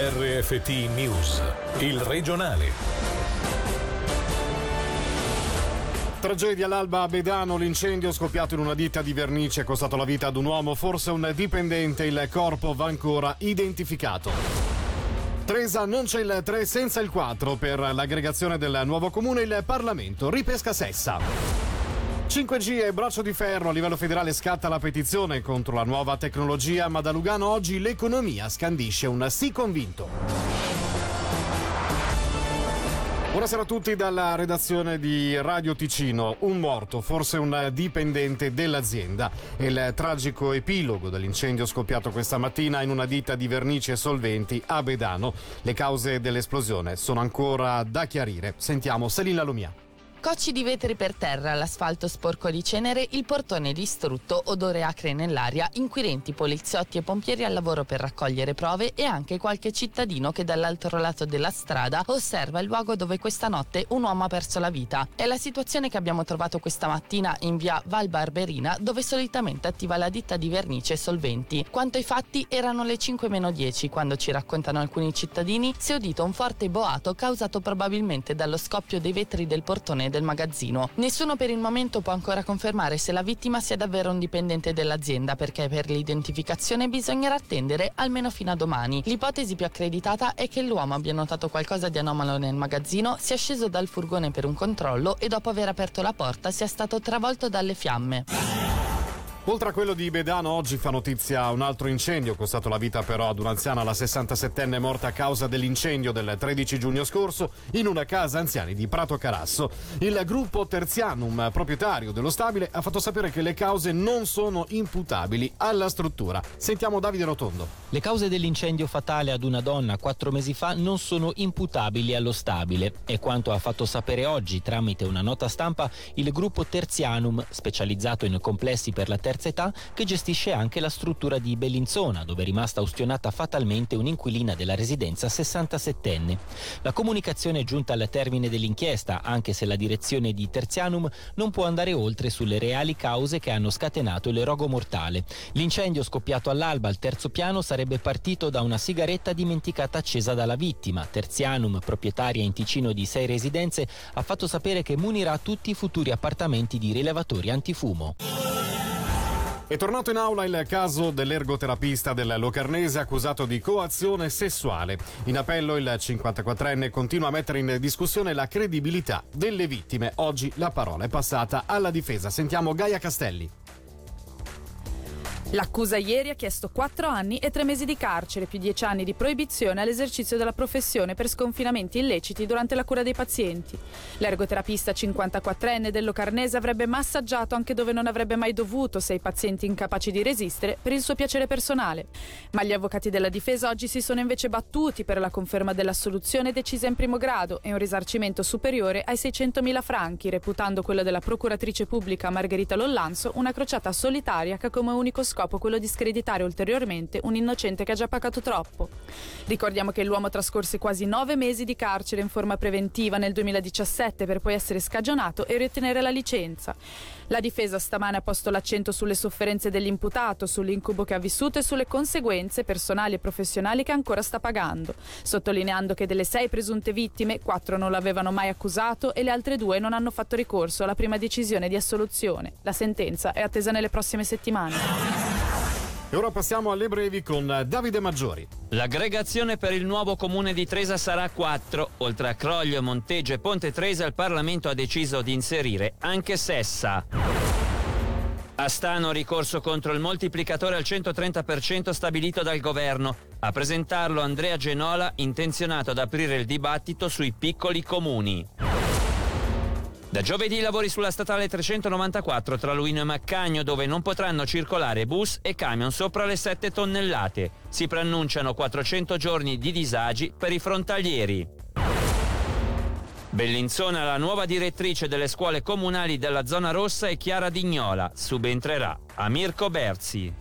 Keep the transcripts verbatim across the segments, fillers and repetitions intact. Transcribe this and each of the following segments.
R F T News, il regionale. Tragedia all'Alba a Bedano, l'incendio scoppiato in una ditta di vernice è costato la vita ad un uomo, forse un dipendente, il corpo va ancora identificato. Tresa non c'è il tre senza il quattro per l'aggregazione del nuovo comune, il Parlamento ripesca Sessa. cinque G e braccio di ferro, a livello federale scatta la petizione contro la nuova tecnologia, ma da Lugano oggi l'economia scandisce un sì convinto. Buonasera a tutti dalla redazione di Radio Ticino. Un morto, forse un dipendente dell'azienda. È il tragico epilogo dell'incendio scoppiato questa mattina in una ditta di vernici e solventi a Bedano. Le cause dell'esplosione sono ancora da chiarire. Sentiamo Selina Lumia. Cocci di vetri per terra, l'asfalto sporco di cenere, il portone distrutto, odore acre nell'aria, inquirenti, poliziotti e pompieri al lavoro per raccogliere prove e anche qualche cittadino che dall'altro lato della strada osserva il luogo dove questa notte un uomo ha perso la vita. È la situazione che abbiamo trovato questa mattina in via Val Barberina, dove solitamente attiva la ditta di vernice e solventi. Quanto ai fatti, erano le cinque meno dieci quando, ci raccontano alcuni cittadini, si è udito un forte boato causato probabilmente dallo scoppio dei vetri del portone del magazzino. Nessuno per il momento può ancora confermare se la vittima sia davvero un dipendente dell'azienda, perché per l'identificazione bisognerà attendere almeno fino a domani. L'ipotesi più accreditata è che l'uomo abbia notato qualcosa di anomalo nel magazzino, sia sceso dal furgone per un controllo e dopo aver aperto la porta sia stato travolto dalle fiamme. Oltre a quello di Bedano, oggi fa notizia un altro incendio, costato la vita però ad un'anziana, la sessantasettenne, morta a causa dell'incendio del tredici giugno scorso in una casa anziani di Prato Carasso. Il gruppo Tertianum, proprietario dello stabile, ha fatto sapere che le cause non sono imputabili alla struttura. Sentiamo Davide Rotondo. Le cause dell'incendio fatale ad una donna quattro mesi fa non sono imputabili allo stabile. È quanto ha fatto sapere oggi, tramite una nota stampa, il gruppo Tertianum, specializzato in complessi per la terza età, che gestisce anche la struttura di Bellinzona, dove è rimasta ustionata fatalmente un'inquilina della residenza sessantasettenne. La comunicazione è giunta al termine dell'inchiesta, anche se la direzione di Tertianum non può andare oltre sulle reali cause che hanno scatenato il rogo mortale. L'incendio, scoppiato all'alba al terzo piano, sarebbe partito da una sigaretta dimenticata accesa dalla vittima. Tertianum, proprietaria in Ticino di sei residenze, ha fatto sapere che munirà tutti i futuri appartamenti di rilevatori antifumo. È tornato in aula il caso dell'ergoterapista del Locarnese accusato di coazione sessuale. In appello il cinquantaquattrenne continua a mettere in discussione la credibilità delle vittime. Oggi la parola è passata alla difesa. Sentiamo Gaia Castelli. L'accusa ieri ha chiesto quattro anni e tre mesi di carcere, più dieci anni di proibizione all'esercizio della professione per sconfinamenti illeciti durante la cura dei pazienti. L'ergoterapista cinquantaquattrenne del Locarnese avrebbe massaggiato anche dove non avrebbe mai dovuto sei pazienti incapaci di resistere per il suo piacere personale. Ma gli avvocati della difesa oggi si sono invece battuti per la conferma dell'assoluzione decisa in primo grado e un risarcimento superiore ai seicentomila franchi, reputando quello della procuratrice pubblica Margherita Lollanzo una crociata solitaria che ha come unico scopo quello di screditare ulteriormente un innocente che ha già pagato troppo. Ricordiamo che l'uomo trascorse quasi nove mesi di carcere in forma preventiva nel duemiladiciassette per poi essere scagionato e riottenere la licenza. La difesa stamane ha posto l'accento sulle sofferenze dell'imputato, sull'incubo che ha vissuto e sulle conseguenze personali e professionali che ancora sta pagando, sottolineando che delle sei presunte vittime, quattro non l'avevano mai accusato e le altre due non hanno fatto ricorso alla prima decisione di assoluzione. La sentenza è attesa nelle prossime settimane. E ora passiamo alle brevi con Davide Maggiori. L'aggregazione per il nuovo comune di Tresa sarà quattro. Oltre a Croglio, Monteggio e Ponte Tresa, il Parlamento ha deciso di inserire anche Sessa. A Stano, ricorso contro il moltiplicatore al centotrenta per cento stabilito dal governo. A presentarlo Andrea Genola, intenzionato ad aprire il dibattito sui piccoli comuni. Da giovedì lavori sulla statale trecentonovantaquattro tra Luino e Maccagno, dove non potranno circolare bus e camion sopra le sette tonnellate. Si preannunciano quattrocento giorni di disagi per i frontalieri. Bellinzona, la nuova direttrice delle scuole comunali della zona rossa è Chiara Dignola. Subentrerà a Mirko Berzi.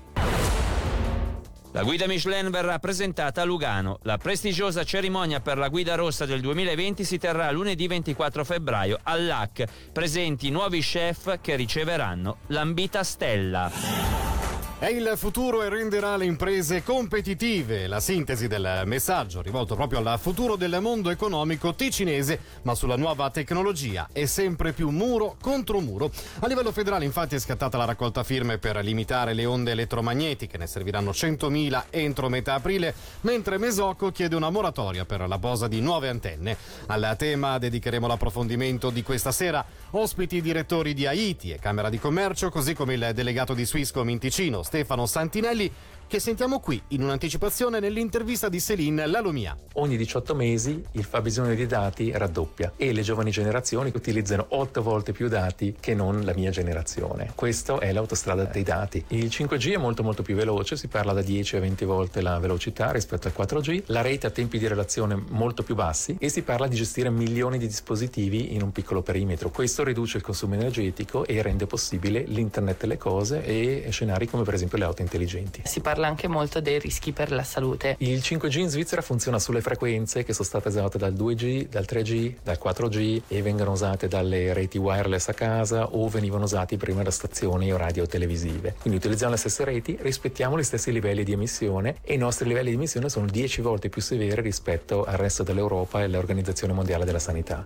La guida Michelin verrà presentata a Lugano. La prestigiosa cerimonia per la guida rossa del duemilaventi si terrà lunedì ventiquattro febbraio all'A C. Presenti nuovi chef che riceveranno l'ambita stella. È il futuro e renderà le imprese competitive. La sintesi del messaggio rivolto proprio al futuro del mondo economico ticinese, ma sulla nuova tecnologia e sempre più muro contro muro. A livello federale infatti è scattata la raccolta firme per limitare le onde elettromagnetiche, ne serviranno centomila entro metà aprile, mentre Mesocco chiede una moratoria per la posa di nuove antenne. Al tema dedicheremo l'approfondimento di questa sera. Ospiti direttori di Haiti e Camera di Commercio, così come il delegato di Swisscom in Ticino, Stefano Santinelli, che sentiamo qui in un'anticipazione nell'intervista di Céline Lalomia. Ogni diciotto mesi il fabbisogno di dati raddoppia e le giovani generazioni utilizzano otto volte più dati che non la mia generazione. Questa è l'autostrada dei dati. Il cinque G è molto molto più veloce, si parla da dieci a venti volte la velocità rispetto al quattro G, la rete ha tempi di relazione molto più bassi e si parla di gestire milioni di dispositivi in un piccolo perimetro. Questo riduce il consumo energetico e rende possibile l'internet delle cose e scenari come per esempio le auto intelligenti. Si parla anche molto dei rischi per la salute. Il cinque G in Svizzera funziona sulle frequenze che sono state usate dal due G, dal tre G, dal quattro G e vengono usate dalle reti wireless a casa o venivano usati prima da stazioni o radio televisive. Quindi utilizziamo le stesse reti, rispettiamo gli stessi livelli di emissione e i nostri livelli di emissione sono dieci volte più severi rispetto al resto dell'Europa e all'Organizzazione Mondiale della Sanità.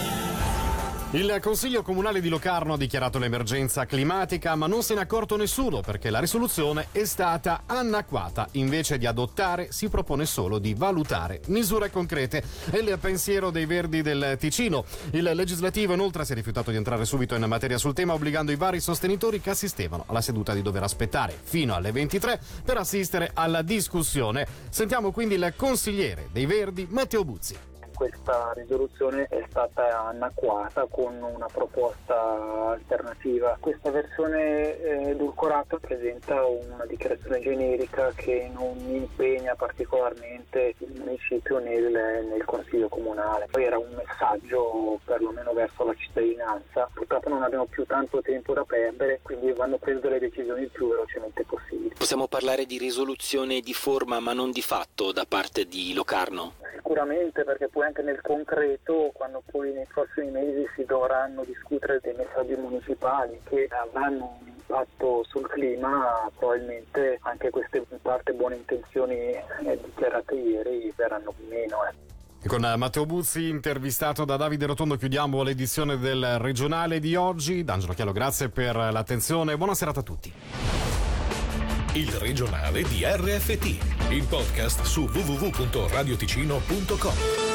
Il Consiglio Comunale di Locarno ha dichiarato l'emergenza climatica, ma non se n'è accorto nessuno perché la risoluzione è stata annacquata. Invece di adottare, si propone solo di valutare misure concrete. È il pensiero dei Verdi del Ticino. Il legislativo inoltre si è rifiutato di entrare subito in materia sul tema, obbligando i vari sostenitori che assistevano alla seduta di dover aspettare fino alle ventitré per assistere alla discussione. Sentiamo quindi il consigliere dei Verdi, Matteo Buzzi. Questa risoluzione è stata annacquata con una proposta alternativa. Questa versione edulcorata presenta una dichiarazione generica che non impegna particolarmente il municipio nel, nel Consiglio Comunale. Poi era un messaggio perlomeno verso la cittadinanza. Purtroppo non abbiamo più tanto tempo da perdere, quindi vanno prese delle decisioni il più velocemente possibile. Possiamo parlare di risoluzione di forma ma non di fatto da parte di Locarno? Sicuramente, perché poi anche nel concreto, quando poi nei prossimi mesi si dovranno discutere dei messaggi municipali che avranno un impatto sul clima, probabilmente anche queste in parte buone intenzioni dichiarate ieri verranno meno. Eh. E con Matteo Buzzi, intervistato da Davide Rotondo, chiudiamo l'edizione del regionale di oggi. D'Angelo Chialo, grazie per l'attenzione, buona serata a tutti. Il regionale di R F T, il podcast su w w w punto radioticino punto com.